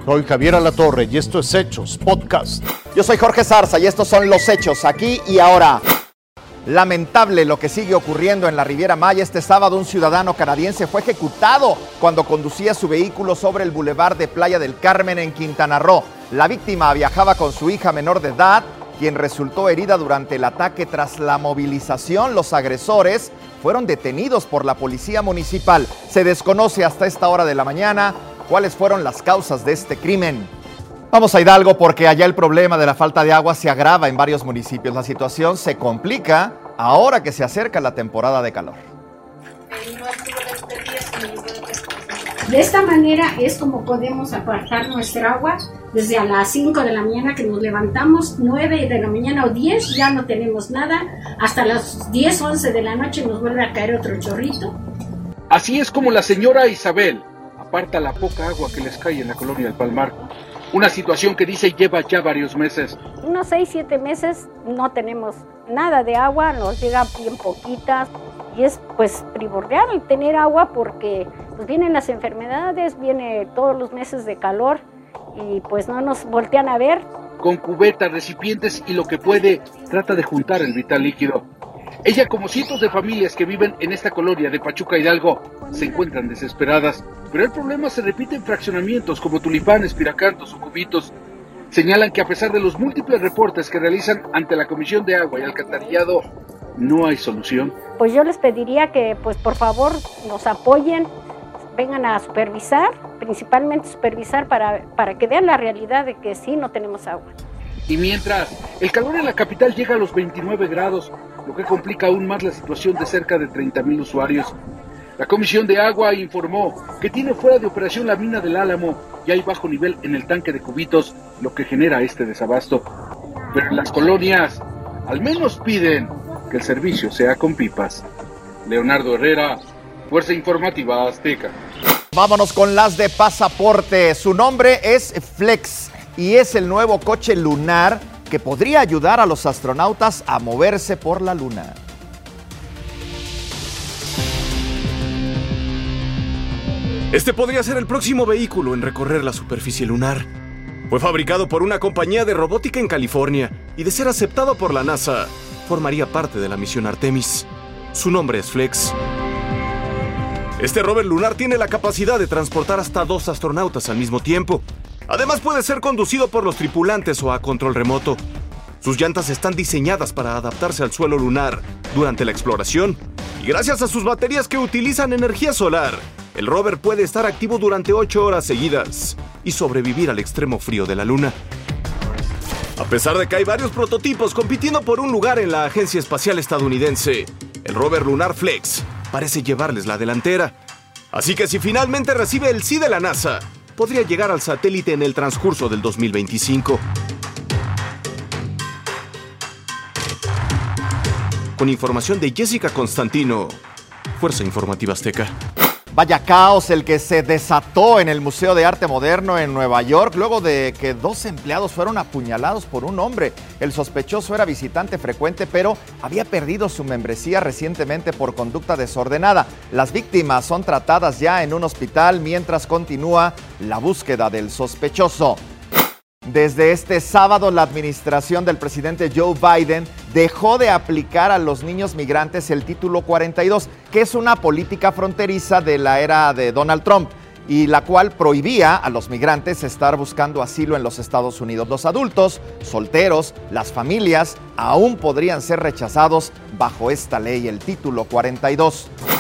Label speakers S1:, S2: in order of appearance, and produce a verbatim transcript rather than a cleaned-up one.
S1: Soy Javier Alatorre y esto es Hechos Podcast.
S2: Yo soy Jorge Zarza y estos son los hechos aquí y ahora. Lamentable lo que sigue ocurriendo en la Riviera Maya. Este sábado un ciudadano canadiense fue ejecutado cuando conducía su vehículo sobre el bulevar de Playa del Carmen en Quintana Roo. La víctima viajaba con su hija menor de edad, quien resultó herida durante el ataque. Tras la movilización, los agresores fueron detenidos por la policía municipal. Se desconoce hasta esta hora de la mañana cuáles fueron las causas de este crimen. Vamos a Hidalgo porque allá el problema de la falta de agua se agrava en varios municipios. La situación se complica ahora que se acerca la temporada de calor.
S3: De esta manera es como podemos apartar nuestra agua. Desde a las cinco de la mañana que nos levantamos, nueve de la mañana o diez, ya no tenemos nada. Hasta las diez, once de la noche nos vuelve a caer otro chorrito.
S4: Así es como la señora Isabel aparta la poca agua que les cae en la colonia del Palmar. Una situación que dice lleva ya varios meses.
S5: Unos seis, siete meses no tenemos nada de agua, nos llega bien poquitas. Y es pues primordial tener agua porque pues vienen las enfermedades, viene todos los meses de calor y pues no nos voltean a ver.
S4: Con cubetas, recipientes y lo que puede, trata de juntar el vital líquido. Ella, como cientos de familias que viven en esta colonia de Pachuca Hidalgo, se encuentran desesperadas. Pero el problema se repite en fraccionamientos como Tulipanes, Piracantos o Cubitos. Señalan que a pesar de los múltiples reportes que realizan ante la Comisión de Agua y Alcantarillado, no hay solución.
S5: Pues yo les pediría que, pues por favor, nos apoyen, vengan a supervisar, principalmente supervisar para, para que vean la realidad de que sí, no tenemos agua.
S4: Y mientras, el calor en la capital llega a los veintinueve grados, lo que complica aún más la situación de cerca de treinta mil usuarios. La Comisión de Agua informó que tiene fuera de operación la mina del Álamo y hay bajo nivel en el tanque de Cubitos, lo que genera este desabasto. Pero en las colonias, al menos piden que el servicio sea con pipas. Leonardo Herrera, Fuerza Informativa Azteca.
S2: Vámonos con las de pasaporte. Su nombre es Flex y es el nuevo coche lunar que podría ayudar a los astronautas a moverse por la luna.
S6: Este podría ser el próximo vehículo en recorrer la superficie lunar. Fue fabricado por una compañía de robótica en California y, de ser aceptado por la NASA, formaría parte de la misión Artemis. Su nombre es Flex. Este rover lunar tiene la capacidad de transportar hasta dos astronautas al mismo tiempo. Además, puede ser conducido por los tripulantes o a control remoto. Sus llantas están diseñadas para adaptarse al suelo lunar durante la exploración. Y gracias a sus baterías que utilizan energía solar, el rover puede estar activo durante ocho horas seguidas y sobrevivir al extremo frío de la luna. A pesar de que hay varios prototipos compitiendo por un lugar en la Agencia Espacial Estadounidense, el rover lunar Flex parece llevarles la delantera. Así que si finalmente recibe el sí de la NASA, podría llegar al satélite en el transcurso del dos mil veinticinco. Con información de Jessica Constantino, Fuerza Informativa Azteca.
S2: Vaya caos el que se desató en el Museo de Arte Moderno en Nueva York luego de que dos empleados fueron apuñalados por un hombre. El sospechoso era visitante frecuente, pero había perdido su membresía recientemente por conducta desordenada. Las víctimas son tratadas ya en un hospital mientras continúa la búsqueda del sospechoso. Desde este sábado, la administración del presidente Joe Biden dejó de aplicar a los niños migrantes el Título cuarenta y dos, que es una política fronteriza de la era de Donald Trump, y la cual prohibía a los migrantes estar buscando asilo en los Estados Unidos. Los adultos, solteros, las familias, aún podrían ser rechazados bajo esta ley, el Título cuarenta y dos.